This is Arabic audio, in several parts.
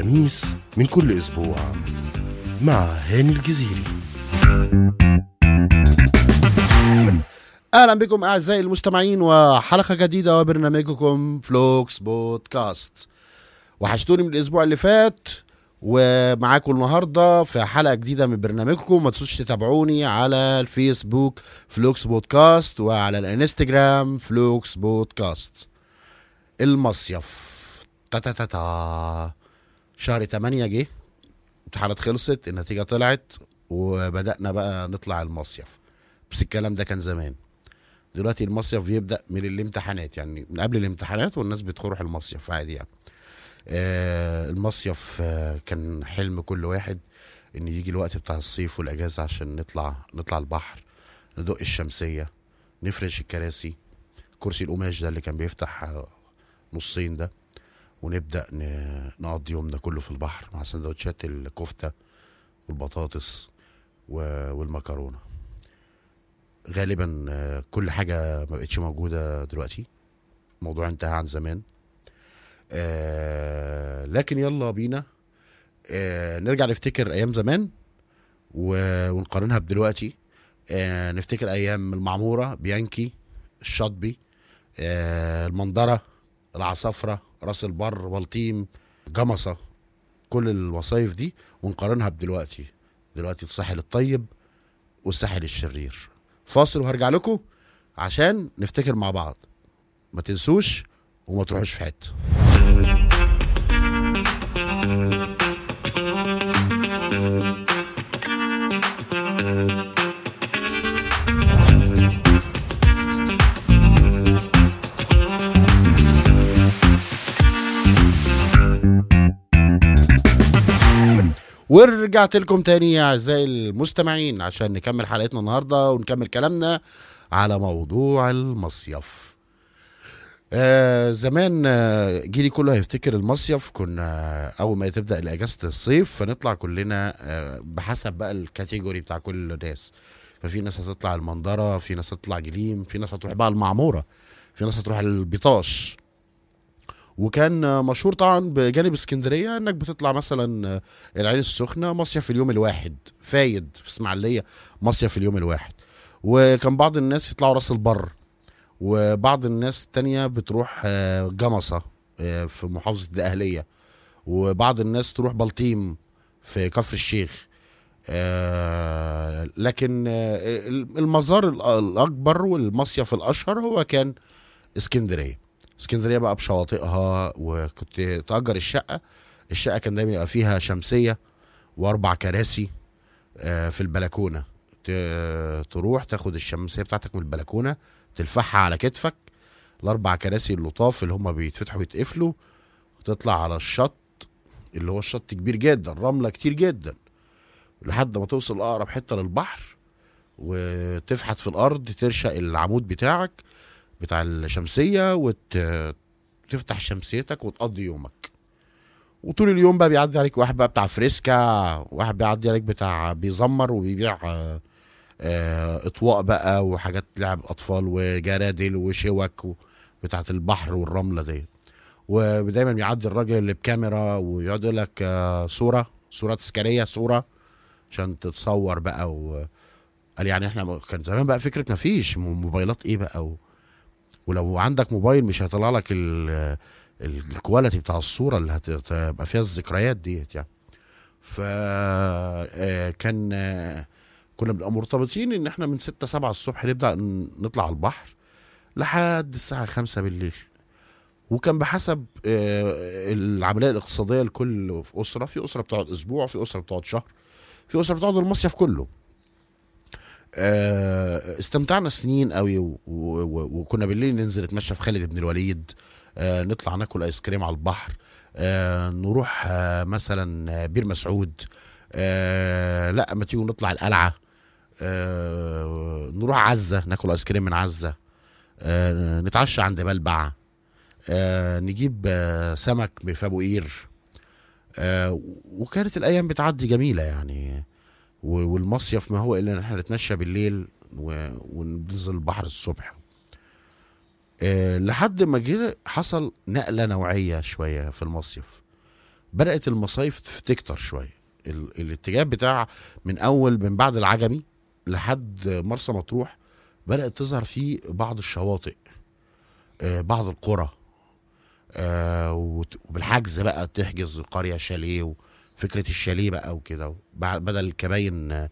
الخميس من كل أسبوع مع هاني الجزيري. أهلا بكم أعزائي المستمعين وحلقة جديدة وبرنامجكم فلوكس بودكاست. وحشتوني من الأسبوع اللي فات ومعاكم النهاردة في حلقة جديدة من برنامجكم. ما تنسوش تتابعوني على الفيسبوك فلوكس بودكاست وعلى الانستجرام فلوكس بودكاست. المصيف شهر 8 جه، امتحانات خلصت، النتيجة طلعت وبدأنا بقى نطلع المصيف. بس الكلام ده كان زمان. دلوقتي المصيف بيبدأ من الامتحانات، يعني من قبل الامتحانات والناس بتروح المصيف عادي يعني. المصيف كان حلم كل واحد ان يجي الوقت بتاع الصيف والاجازة عشان نطلع البحر، ندق الشمسية، نفرش الكراسي، كرسي القماش ده اللي كان بيفتح نصين ده، ونبدأ نقضي يومنا كله في البحر مع سندوتشات الكفتة والبطاطس والمكرونة. غالبا كل حاجة ما بقتش موجودة دلوقتي، الموضوع انتهى عن زمان. لكن يلا بينا نرجع نفتكر أيام زمان ونقارنها بدلوقتي. نفتكر أيام المعمورة، بيانكي، الشاطبي، المندرة، العصافرة، راس البر، بلطيم، جمصة، كل الوصايف دي، ونقارنها بدلوقتي. دلوقتي الساحل الطيب والساحل الشرير. فاصل وهرجع لكم عشان نفتكر مع بعض. ما تنسوش وما تروحوش في حته. ورجعت لكم تاني يا أعزائي المستمعين عشان نكمل حلقتنا النهاردة ونكمل كلامنا على موضوع المصيف. زمان جيلي كله هيفتكر المصيف. كنا أول ما تبدأ الأجازة الصيف فنطلع كلنا بحسب بقى الكاتيجوري بتاع كل الناس. ففي ناس هتطلع المندرة، في ناس هتطلع جليم، في ناس هتروح بقى المعمورة، في ناس هتروح البيطاش. وكان مشهور طبعا بجانب اسكندريه انك بتطلع مثلا العين السخنه مصيف اليوم الواحد، فايد في اسماعيليه مصيف اليوم الواحد. وكان بعض الناس يطلعوا راس البر، وبعض الناس التانية بتروح جمصة في محافظة الدقهلية، وبعض الناس تروح بلطيم في كفر الشيخ. لكن المزار الأكبر والمصيف الأشهر هو كان اسكندريه بقى بشواطئها. وكنت تأجر الشقة كان دايما يبقى فيها شمسية واربع كراسي في البلكونة. تروح تاخد الشمسية بتاعتك من البلكونة، تلفحها على كتفك، الاربع كراسي اللطاف اللي هما بيتفتحوا ويتقفلوا، وتطلع على الشط اللي هو الشط كبير جدا، رملة كتير جدا، لحد ما توصل اقرب حتة للبحر وتفحت في الارض، ترشق العمود بتاعك بتاع الشمسية وتفتح شمسيتك وتقضي يومك. وطول اليوم بقى بيعدي عليك واحد بقى بتاع فريسكا، واحد بيعدي عليك بتاع بيزمر وبيبيع اطواق بقى وحاجات لعب اطفال وجرادل وشوك بتاعت البحر والرملة دي. ودايما بيعدي الراجل اللي بكاميرا ويقعد يقول لك صورة تذكارية، صورة عشان تتصور بقى. قال يعني احنا كان زمان بقى فكرة مفيش موبايلات ايه بقى ولو عندك موبايل مش هيطلع لك الكواليتي بتاع الصورة اللي هتبقى فيها الذكريات ديت يعني. كان كنا بنبقى مرتبطين ان احنا من 6-7 الصبح نبدأ نطلع على البحر لحد الساعة 5 بالليل. وكان بحسب العملية الاقتصادية لكل أسرة. في أسرة بتقعد أسبوع، في أسرة بتقعد شهر، في أسرة بتقعد المصيف كله. استمتعنا سنين قوي وكنا بالليل ننزل نتمشى في خالد بن الوليد، نطلع ناكل ايس كريم على البحر، نروح مثلا بير مسعود، لا ما تيجوا نطلع القلعة، نروح عزة ناكل ايس كريم من عزة، نتعشى عند بلبع، نجيب سمك بفابو قير. وكانت الايام بتعدي جميلة يعني. والمصيف ما هو الا ان احنا نتمشى بالليل وننزل البحر الصبح. لحد ما جه حصل نقلة نوعية شوية في المصيف. بدات المصايف تكتر شويه. الاتجاه بتاع من بعد العجمي لحد مرسى مطروح بدات تظهر فيه بعض الشواطئ، بعض القرى، وبالحجز بقى تحجز القريه شاليه، وفكره الشاليه بقى وكده، بدل الكباين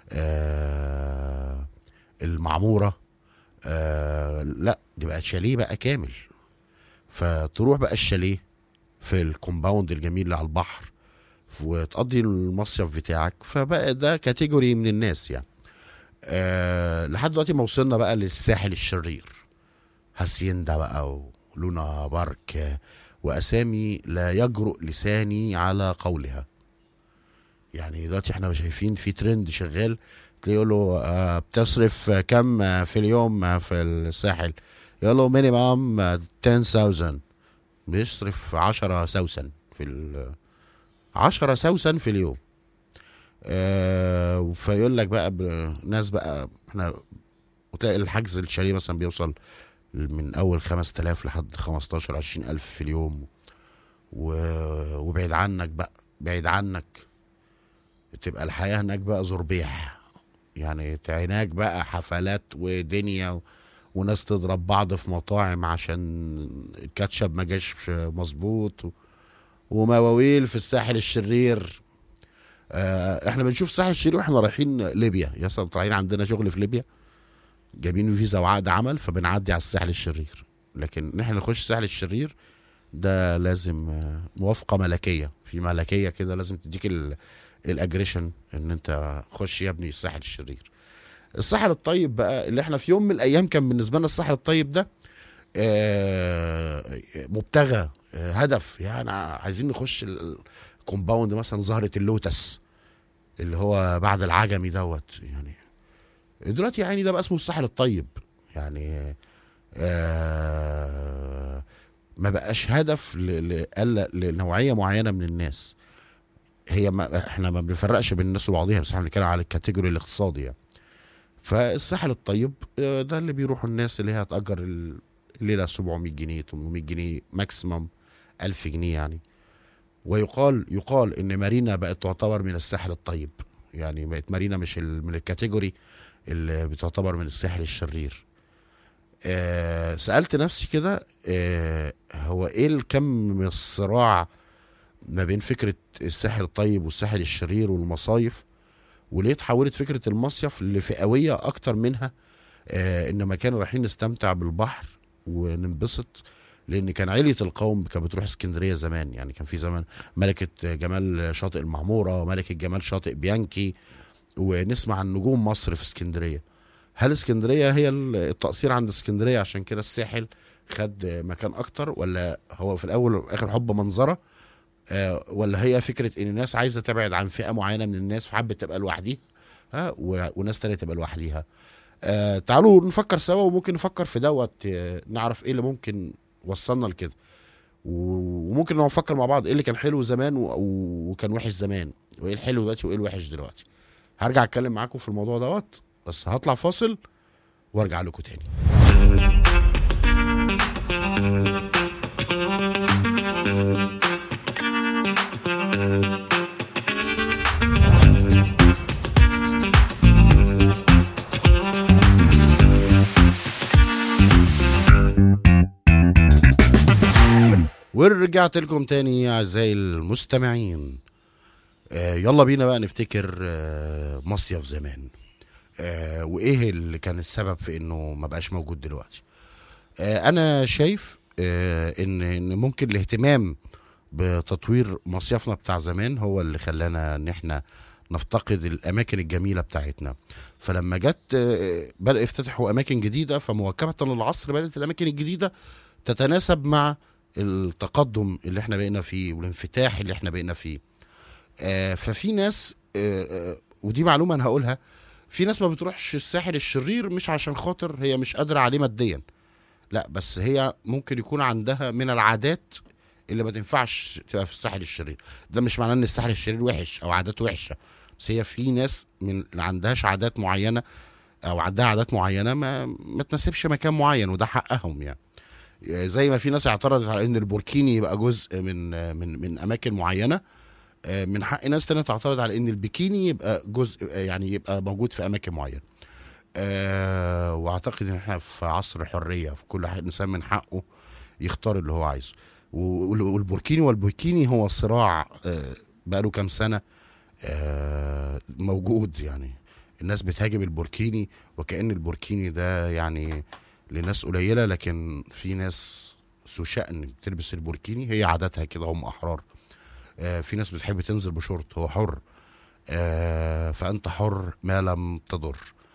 المعموره، لا دي بقت شاليه بقى كامل. فتروح بقى الشاليه في الكومباوند الجميل اللي على البحر وتقضي المصيف بتاعك. فبقى ده كاتيجوري من الناس يعني. لحد دلوقتي ما وصلنا بقى للساحل الشرير، هاسيندا بقى ولونا بارك، واسامي لا يجرؤ لساني على قولها. يعني دلوقتي احنا شايفين في ترند شغال، تلاقيه يقول له بتصرف كم في اليوم في الساحل، يقول له مينيمم 10,000، بيصرف 10 سوسن في 10 سوسن في اليوم. فيقول لك بقى ناس بقى احنا، وتلاقي الحجز الشاليه مثلا بيوصل من اول 5000 لحد 15 20,000 في اليوم. وبعيد عنك بقى، بعيد عنك تبقى الحياة هناك بقى زربيح، يعني هناك بقى حفلات ودنيا وناس تضرب بعض في مطاعم عشان الكاتشب ما جاش مظبوط، ومواويل في الساحل الشرير. احنا بنشوف الساحل الشرير واحنا رايحين ليبيا، يا اسطى طالعين عندنا شغل في ليبيا، جايبين فيزا وعقد عمل، فبنعدي على الساحل الشرير. لكن احنا نخش الساحل الشرير ده لازم موافقة ملكية، في ملكية كده لازم تديك الاجريشن ان انت خش يا ابني الساحل الشرير. الساحل الطيب بقى اللي احنا في يوم من الايام كان بالنسبة لنا الساحل الطيب ده مبتغى، هدف، يعني عايزين نخش الكومباوند مثلا زهرة اللوتس اللي هو بعد العجمي دوت. يعني دلوقتي يعني ده بقى اسمه الساحل الطيب، يعني ما بقاش هدف لنوعية معينة من الناس. هي ما احنا ما بنفرقش بين الناس وبعضيها، بس احنا بنتكلم على الكاتيجوري الاقتصادي يعني. فالساحل الطيب ده اللي بيروحوا الناس اللي هي هتأجر الليلة 700 جنيه 800 جنيه ماكسيمم 1000 جنيه يعني. ويقال ان مارينا بقت تعتبر من الساحل الطيب، يعني بقت مارينا مش من الكاتيجوري اللي بتعتبر من الساحل الشرير. سألت نفسي كده هو ايه الكم من الصراع ما بين فكرة الساحل الطيب والساحل الشرير والمصايف، وليه اتحولت فكرة المصيف لفئوية اكتر منها ان مكان رايحين نستمتع بالبحر وننبسط. لان كان علية القوم كانت بتروح اسكندرية زمان، يعني كان في زمان ملكة جمال شاطئ المعمورة، ملكة جمال شاطئ بيانكي، ونسمع عن نجوم مصر في اسكندرية. هل اسكندرية هي التقصير عند اسكندرية عشان كده الساحل خد مكان اكتر، ولا هو في الاول والاخر حب منظرة، ولا هي فكرة ان الناس عايزة تبعد عن فئة معينة من الناس فحبت تبقى لوحديها وناس تانية تبقى لوحديها. تعالوا نفكر سوا، وممكن نفكر في دوت نعرف ايه اللي ممكن وصلنا لكده، وممكن نفكر مع بعض ايه اللي كان حلو زمان وكان وحش زمان، وايه الحلو دلوقتي وايه الوحش دلوقتي. هرجع اتكلم معاكم في الموضوع دوت، بس هطلع فاصل وارجع لكم تاني. ورجعت لكم تاني يا اعزائي المستمعين. يلا بينا بقى نفتكر مصيف زمان، وايه اللي كان السبب في انه ما بقاش موجود دلوقتي. انا شايف ان ممكن الاهتمام بتطوير مصيفنا بتاع زمان هو اللي خلانا ان احنا نفتقد الاماكن الجميله بتاعتنا. فلما جت بدأ يفتتحوا اماكن جديده، فمواكبه للعصر بدأت الاماكن الجديده تتناسب مع التقدم اللي احنا بقينا فيه والانفتاح اللي احنا بقينا فيه. ففي ناس ودي معلومه انا هقولها، في ناس ما بتروحش الساحل الشرير مش عشان خاطر هي مش قادره عليه ماديا، لا، بس هي ممكن يكون عندها من العادات اللي ما تنفعش تبقى في الساحل الشرير. ده مش معناه ان الساحل الشرير وحش او عاداته وحشه، بس هي في ناس من اللي عندهاش عادات معينه او عندها عادات معينه ما تناسبش مكان معين، وده حقهم يعني. زي ما في ناس اعترضت على ان البوركيني يبقى جزء من اماكن معينه، من حق ناس تانية تعترض على ان البيكيني يبقى جزء، يعني يبقى موجود في اماكن معينه. واعتقد ان احنا في عصر حريه، في كل انسان من حقه يختار اللي هو عايزه. والبوركيني والبيكيني هو صراع بقاله كام سنه موجود. يعني الناس بتهاجم البوركيني وكأن البوركيني ده يعني لناس قليلة، لكن في ناس ذو شأن بتلبس البوركيني، هي عاداتها كده، هم أحرار. في ناس بتحب تنزل بشورت، هو حر. فأنت حر ما لم تضر.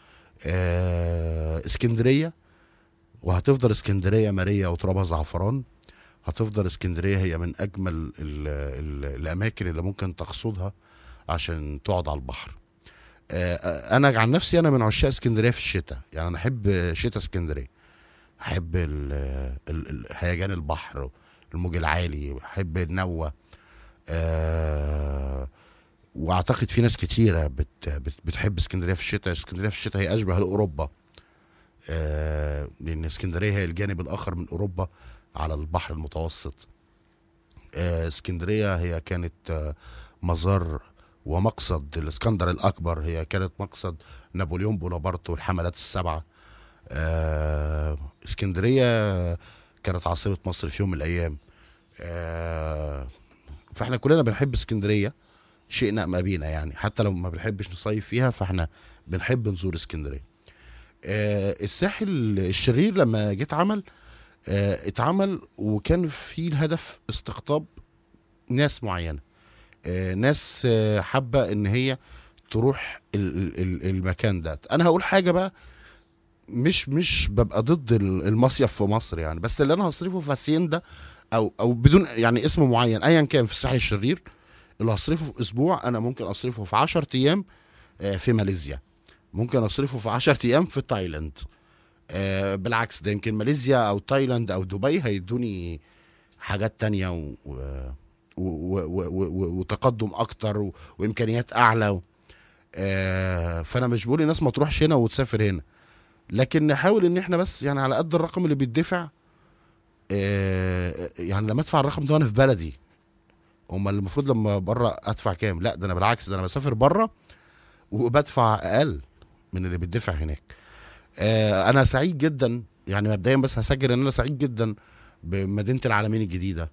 اسكندرية، وهتفضل اسكندرية ماريا وترابها زعفران. هتفضل اسكندرية هي من أجمل الأماكن اللي ممكن تقصدها عشان تقعد على البحر. انا عن نفسي انا من عشاق اسكندريه في الشتاء، يعني انا احب شتاء اسكندريه. احب هيجان البحر، الموج العالي، احب النوة. واعتقد في ناس كتيره بتحب اسكندريه في الشتاء. اسكندريه في الشتاء هي اشبه لاوروبا، لان اسكندريه هي الجانب الاخر من اوروبا على البحر المتوسط. اسكندريه هي كانت مزار ومقصد الاسكندر الاكبر، هي كانت مقصد نابليون بونابرت والحملات السبعه. اسكندريه كانت عاصمه مصر في يوم من الايام. فاحنا كلنا بنحب اسكندريه، شئنا ام ابينا، يعني حتى لو ما بنحبش نصيف فيها فاحنا بنحب نزور اسكندريه. الساحل الشرير لما جه اتعمل وكان فيه الهدف استقطاب ناس معينه، ناس حابه ان هي تروح المكان ده. انا هقول حاجه بقى، مش ببقى ضد المصيف في مصر يعني، بس اللي انا هصرفه في هاسيندا او بدون يعني اسم معين ايا كان في الساحل الشرير، اللي هصرفه في اسبوع انا ممكن اصرفه في 10 ايام في ماليزيا، ممكن اصرفه في 10 ايام في تايلاند. بالعكس، ده يمكن ماليزيا او تايلاند او دبي هيدوني حاجات تانية وتقدم اكتر وامكانيات اعلى. فانا مش بقول الناس ما تروحش هنا وتسافر هنا، لكن نحاول ان احنا بس يعني على قد الرقم اللي بيدفع. يعني لما ادفع الرقم ده وانا في بلدي، هم المفروض لما بره ادفع كام؟ لا، ده انا بالعكس، ده انا بسافر بره وبدفع اقل من اللي بيدفع هناك. انا سعيد جدا، يعني مبدئيا بس هسجل ان انا سعيد جدا بمدينة العالمين الجديدة.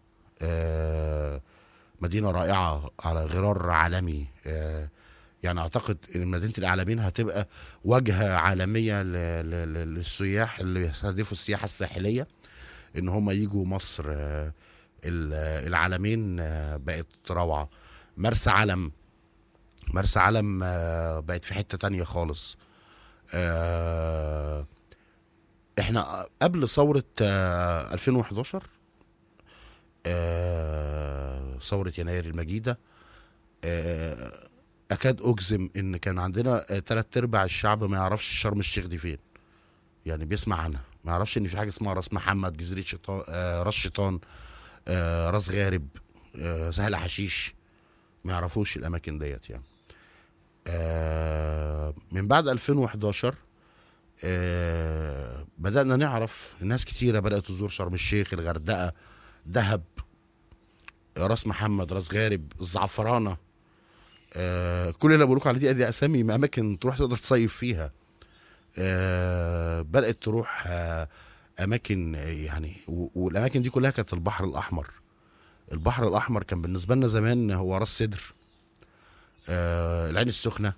مدينة رائعة على غرار عالمي. يعني اعتقد ان مدينة العالمين هتبقى واجهة عالمية للسياح اللي يستهدفوا السياحة الساحلية، ان هم يجوا مصر. العالمين بقت روعة. مرسى علم بقت في حتة تانية خالص. احنا قبل ثورة 2011، ثورة يناير المجيدة، اكاد اجزم ان كان عندنا 3/4 الشعب ما يعرفش شرم الشيخ دي فين، يعني بيسمع عنها، ما يعرفش ان في حاجة اسمها راس محمد، جزيرة شيطان، راس شيطان، راس غارب، سهل حشيش، ما يعرفوش الاماكن ديت يعني. من بعد 2011 بدأنا نعرف، الناس كتيرة بدأت تزور شرم الشيخ، الغردقة، دهب، راس محمد، راس غارب، الزعفرانة. كل اللي بقولك على دي أسامي أماكن تروح تقدر تصيف فيها. بدأت تروح أماكن يعني، والأماكن دي كلها كانت البحر الأحمر. البحر الأحمر كان بالنسبة لنا زمان هو راس سدر، العين السخنة،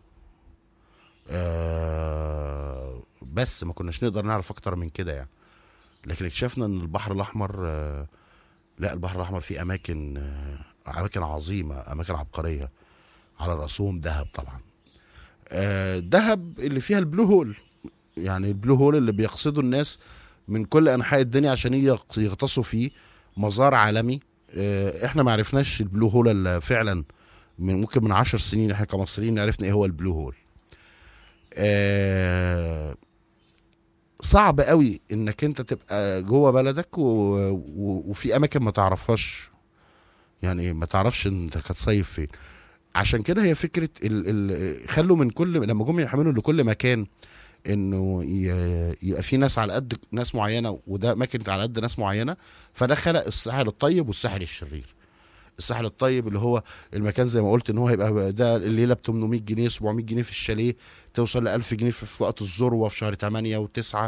بس ما كناش نقدر نعرف اكتر من كده يعني. لكن اكتشفنا ان البحر الاحمر، لا، البحر الاحمر فيه اماكن عظيمه، اماكن عبقريه، على راسهم دهب طبعا. دهب اللي فيها البلو هول، يعني البلو هول اللي بيقصدوا الناس من كل انحاء الدنيا عشان يغطسوا فيه، مزار عالمي. احنا ما عرفناش البلو هول الا فعلا ممكن من 10 سنين، احنا كمصريين عرفنا ايه هو البلو هول. صعب قوي انك انت تبقى جوه بلدك وفي اماكن ما تعرفهاش، يعني ما تعرفش انت هتصيف فين. عشان كده هي فكره خلوا من كل، لما جم يحملوا لكل مكان انه يبقى في ناس على قد ناس معينه، وده اماكن على قد ناس معينه. فده خلق الساحل الطيب والساحل الشرير. الساحل الطيب اللي هو المكان زي ما قلت ان هو هيبقى ده الليله ب 800 جنيه 700 جنيه في الشاليه، توصل ل 1000 جنيه في وقت الذروه في شهر 8 و9.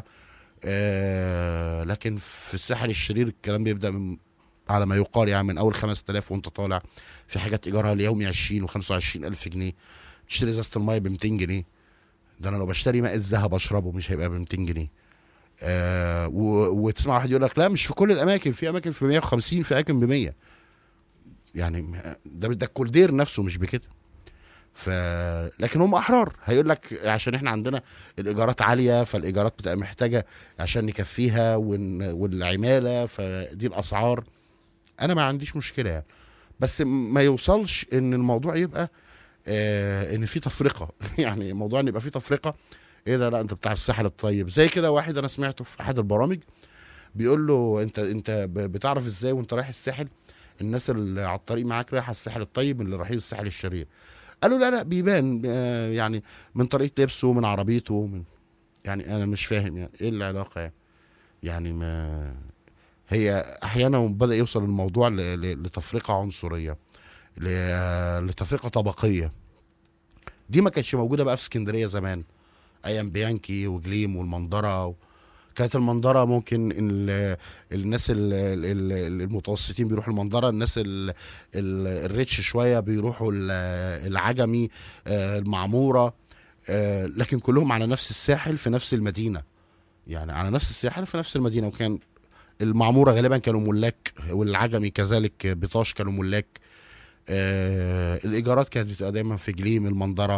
لكن في الساحل الشرير الكلام بيبدا من على ما يقال يعني من اول 5000 وانت طالع. في حاجات ايجارها اليومي 20 و25 الف جنيه. تشتري ازازه الميه ب 200 جنيه. ده انا لو بشتري ماء الذهب اشربه مش هيبقى ب 200 جنيه. وتسمع واحد يقول لك لا مش في كل الاماكن، في اماكن في 150، في اماكن ب 100. يعني ده الكولدير نفسه مش بكده. ف لكن هم احرار، هيقول لك عشان احنا عندنا الايجارات عاليه، فالايجارات بتبقى محتاجه عشان نكفيها والعماله، فدي الاسعار. انا ما عنديش مشكله يعني، بس ما يوصلش ان الموضوع يبقى ان في تفرقه يعني موضوع ان يبقى في تفرقه. ايه ده؟ لا انت بتاع الساحل الطيب زي كده. واحد انا سمعته في احد البرامج بيقول له انت بتعرف ازاي وانت رايح الساحل الناس اللي على الطريق معاك رايحه الساحل الطيب من اللي رايحين الساحل الشرير؟ قالوا لا بيبان يعني من طريقه لبسه، من عربيته، من يعني انا مش فاهم يعني ايه العلاقه يعني. يعني ما هي احيانا بدا يوصل الموضوع لتفرقه عنصريه، لتفرقه طبقيه. دي ما كانتش موجوده بقى في اسكندريه زمان ايام بيانكي وجليم والمنظره. كانت المنظره ممكن الناس المتوسطين بيروحوا المنظره، الناس الريتش شويه بيروحوا العجمي، المعموره. لكن كلهم على نفس الساحل في نفس المدينه، يعني على نفس الساحل في نفس المدينه. وكان المعموره غالبا كانوا ملاك، والعجمي كذلك، بطاش كانوا ملاك. الايجارات كانت بتبقى دايما في جليم المنظره.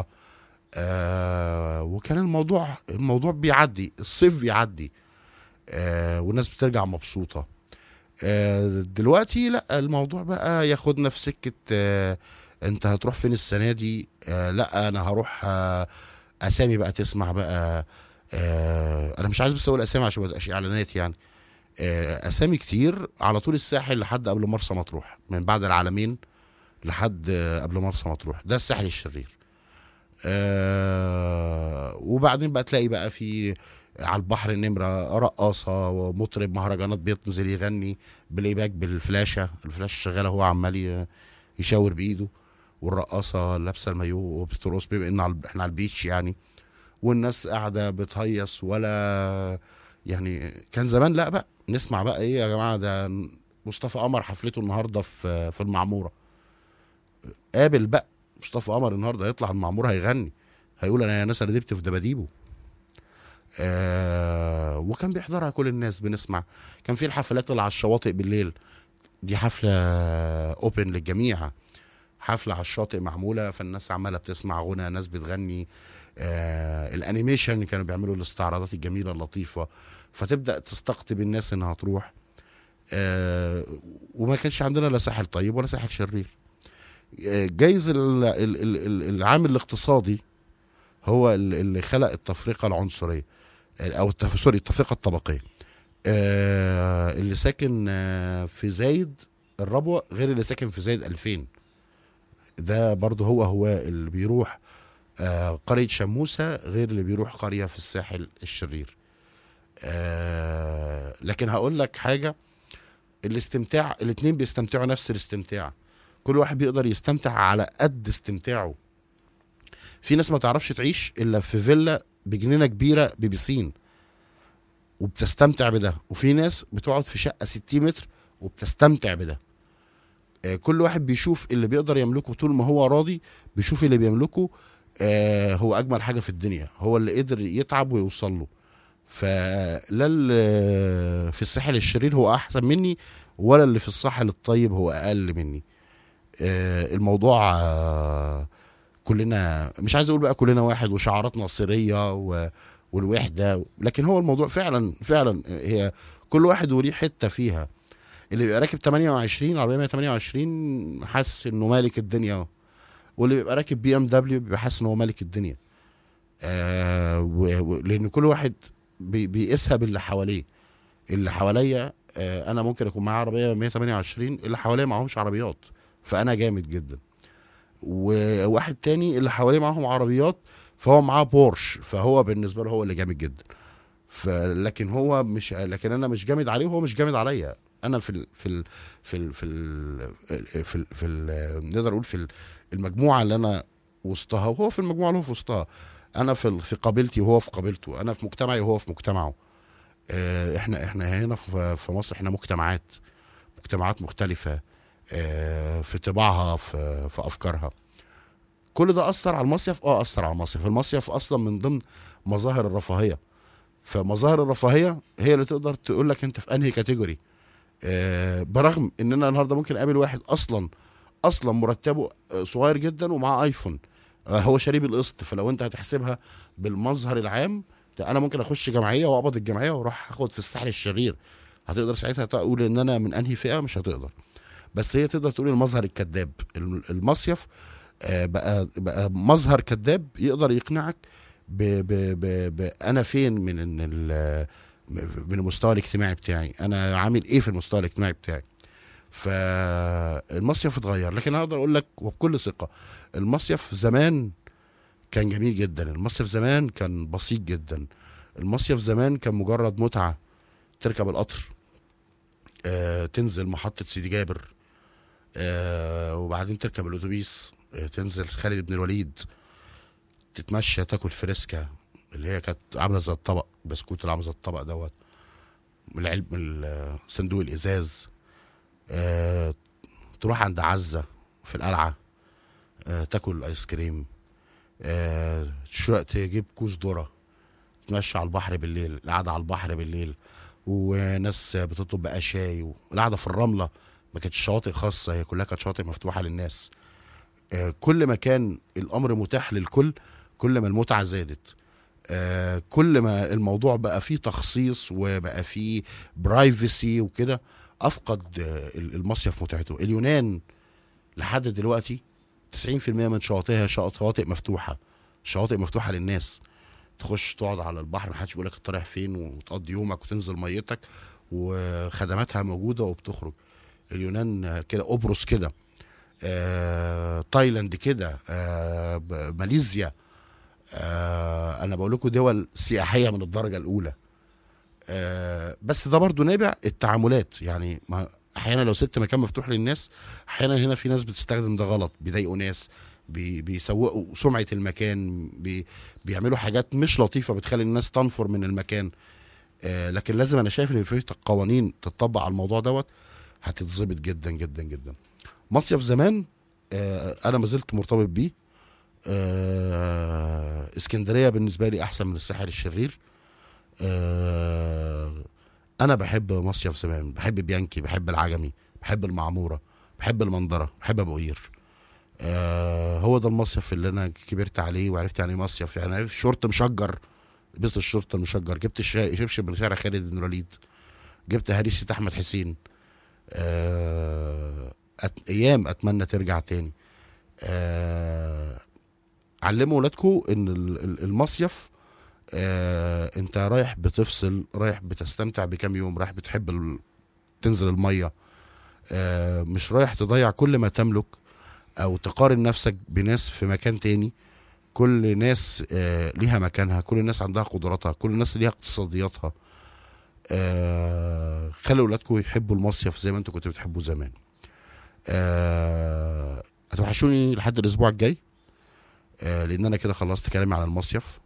وكان الموضوع بيعدي، الصيف بيعدي، والناس بترجع مبسوطة. دلوقتي لا، الموضوع بقى ياخدنا في سكة انت هتروح فين السنة دي؟ لا انا هروح اسامي بقى تسمع بقى. انا مش عايز بس اقول اسامي عشان ما تبقاش اعلانات يعني. اسامي كتير على طول الساحل لحد قبل مرسى مطروح، من بعد العلمين لحد قبل مرسى مطروح، ده الساحل الشرير. وبعدين بقى تلاقي بقى في على البحر نمرة رقاصة ومطرب مهرجانات بينزل يغني بلاي باك بالفلاشة، الفلاشة شغالة هو عمال يشاور بإيده، والرقاصة لابسة المايو وبترقص بما إن احنا على البيتش يعني، والناس قاعدة بتهيص. ولا يعني كان زمان لا بقى نسمع بقى ايه يا جماعة، ده مصطفى قمر حفلته النهاردة في المعمورة. قابل بقى مصطفى قمر النهارده هيطلع المعمورة هيغني، هيقول انا يا ناس انا دبت في دباديبه. وكان بيحضرها كل الناس بنسمع. كان في الحفلات اللي على الشواطئ بالليل، دي حفلة اوبن للجميع، حفلة على الشاطئ معمولة، فالناس عمالة بتسمع غنى، ناس بتغني. الانيميشن كانوا بيعملوا الاستعراضات الجميلة اللطيفة، فتبدأ تستقطب الناس انها تروح. وما كانش عندنا لا ساحل طيب ولا ساحل شرير. جايز العامل الاقتصادي هو اللي خلق التفرقة العنصرية، او سوري التفرقة الطبقية. اللي ساكن في زايد الربوة غير اللي ساكن في زايد 2000. ده برضه هو اللي بيروح قرية شموسة غير اللي بيروح قرية في الساحل الشرير. لكن هقول لك حاجة، الاستمتاع الاتنين بيستمتعوا نفس الاستمتاع، كل واحد بيقدر يستمتع على قد استمتاعه. في ناس ما تعرفش تعيش الا في فيلا بجنينه كبيره ببسين وبتستمتع بده، وفي ناس بتقعد في شقه 60 متر وبتستمتع بده. كل واحد بيشوف اللي بيقدر يملكه طول ما هو راضي، بيشوف اللي بيملكه هو اجمل حاجه في الدنيا، هو اللي قدر يتعب ويوصل له. فلا اللي في الساحل الشرير هو احسن مني، ولا اللي في الساحل الطيب هو اقل مني. الموضوع كلنا، مش عايز اقول بقى كلنا واحد وشعارات ناصريه والوحده، لكن هو الموضوع فعلا هي كل واحد وليه حته فيها. اللي بيبقى راكب 28 عربيه 128 حاسس انه مالك الدنيا، واللي بيبقى راكب بي ام دبليو بيبقى حاسس انه مالك الدنيا. لان كل واحد بيقيسها باللي حواليه. اللي حواليا انا ممكن اكون معايا عربيه 128، اللي حواليا معهمش عربيات، فانا جامد جدا. وواحد تاني اللي حواليه معاهم عربيات فهو معاه بورش، فهو بالنسبه له هو اللي جامد جدا. لكن هو مش، لكن انا مش جامد عليه وهو مش جامد عليا. انا نقدر نقول المجموعه اللي انا وسطها، وهو في المجموعه اللي هو في وسطها. انا في قبيلتي وهو في قبيلته، انا في مجتمعي وهو في مجتمعه. احنا هنا في مصر احنا مجتمعات مختلفه، في طباعها، في افكارها. كل ده اثر على المصيف. اثر على المصيف. المصيف اصلا من ضمن مظاهر الرفاهيه. فمظاهر الرفاهيه هي اللي تقدر تقول لك انت في انهي كاتيجوري. برغم ان انا النهارده ممكن اقابل واحد اصلا مرتبه صغير جدا ومعاه ايفون، هو شاريه بالقسط. فلو انت هتحسبها بالمظهر العام، ده انا ممكن اخش جمعيه واقبض الجمعيه واروح اخد في الساحل الشرير. هتقدر ساعتها تقول ان انا من انهي فئه؟ مش هتقدر. بس هي تقدر تقول المظهر الكذاب. المصيف بقى مظهر كذاب يقدر يقنعك انا فين من المستوى الاجتماعي بتاعي، انا عامل ايه في المستوى الاجتماعي بتاعي. فالمصيف اتغير. لكن اقدر اقول لك وبكل ثقه، المصيف زمان كان جميل جدا. المصيف زمان كان بسيط جدا. المصيف زمان كان مجرد متعه. تركب القطر، تنزل محطه سيدي جابر، وبعدين تركب الاتوبيس، تنزل خالد بن الوليد، تتمشى، تاكل فريسكا اللي هي كانت عامله زي الطبق، بسكوت اللي عامله زي الطبق دوت، من علب من صندوق الازاز. تروح عند عزه في القلعه، تاكل ايس كريم، شويه تجيب كوز ذره، تمشي على البحر بالليل، القعده على البحر بالليل، وناس بتطلب بقى شاي، والقعده في الرمله. ما كانتش شواطئ خاصه، هي كلها كانت شواطئ مفتوحه للناس. كل ما كان الامر متاح للكل، كل ما المتعه زادت. كل ما الموضوع بقى فيه تخصيص وبقى فيه برايفسي وكده، افقد المصيف متعته. اليونان لحد دلوقتي 90% من شواطئها شواطئ مفتوحه، شواطئ مفتوحه للناس. تخش تقعد على البحر، محدش بيقول لك انت رايح فين، وتقضي يومك وتنزل ميتك، وخدماتها موجوده وبتخرج. اليونان كده، قبرص كده، تايلاند كده، ماليزيا. انا بقول لكم دول سياحيه من الدرجه الاولى. بس ده برضو نابع التعاملات. يعني احيانا لو سبت مكان مفتوح للناس، احيانا هنا في ناس بتستخدم ده غلط، بيضايقوا ناس، بيسوقوا سمعه المكان، بيعملوا حاجات مش لطيفه بتخلي الناس تنفر من المكان. لكن لازم، انا شايف ان في قوانين تطبق على الموضوع دوت، هتتظبط جدا جدا جدا. مصيف زمان انا ما زلت مرتبط بيه. اسكندريه بالنسبه لي احسن من الساحل الشرير. انا بحب مصيف زمان، بحب بيانكي، بحب العجمي، بحب المعموره، بحب المنظره، بحب ابو قير. هو ده المصيف اللي انا كبرت عليه وعرفت يعني مصيف. يعني عرفت شورت مشجر، لبست الشورت المشجر، جبت شبشب من شارع خالد بن الوليد، جبت هريسه احمد حسين. ايام اتمنى ترجع تاني. علموا ولادكم ان المصيف انت رايح بتفصل، رايح بتستمتع بكام يوم، رايح بتحب تنزل الميه. مش رايح تضيع كل ما تملك او تقارن نفسك بناس في مكان تاني. كل ناس ليها مكانها، كل الناس عندها قدراتها، كل الناس ليها اقتصادياتها. خلوا ولادكم يحبوا المصيف زي ما انتوا كنتوا بتحبوا زمان. هتوحشوني لحد الاسبوع الجاي، لان انا كده خلصت كلامي عن المصيف.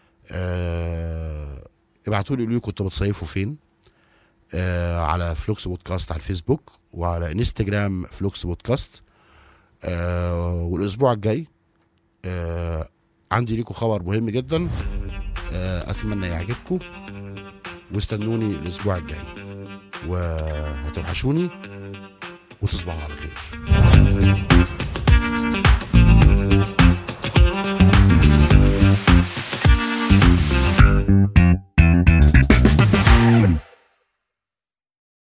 ابعتوا لي قولوا لي كنتوا بتصيفوا فين، على فلوكس بودكاست على الفيسبوك، وعلى انستجرام فلوكس بودكاست. والاسبوع الجاي عندي ليكم خبر مهم جدا، اتمنى يعجبكم، واستنوني الاسبوع الجاي، وهتوحشوني، وتصبحوا على خير.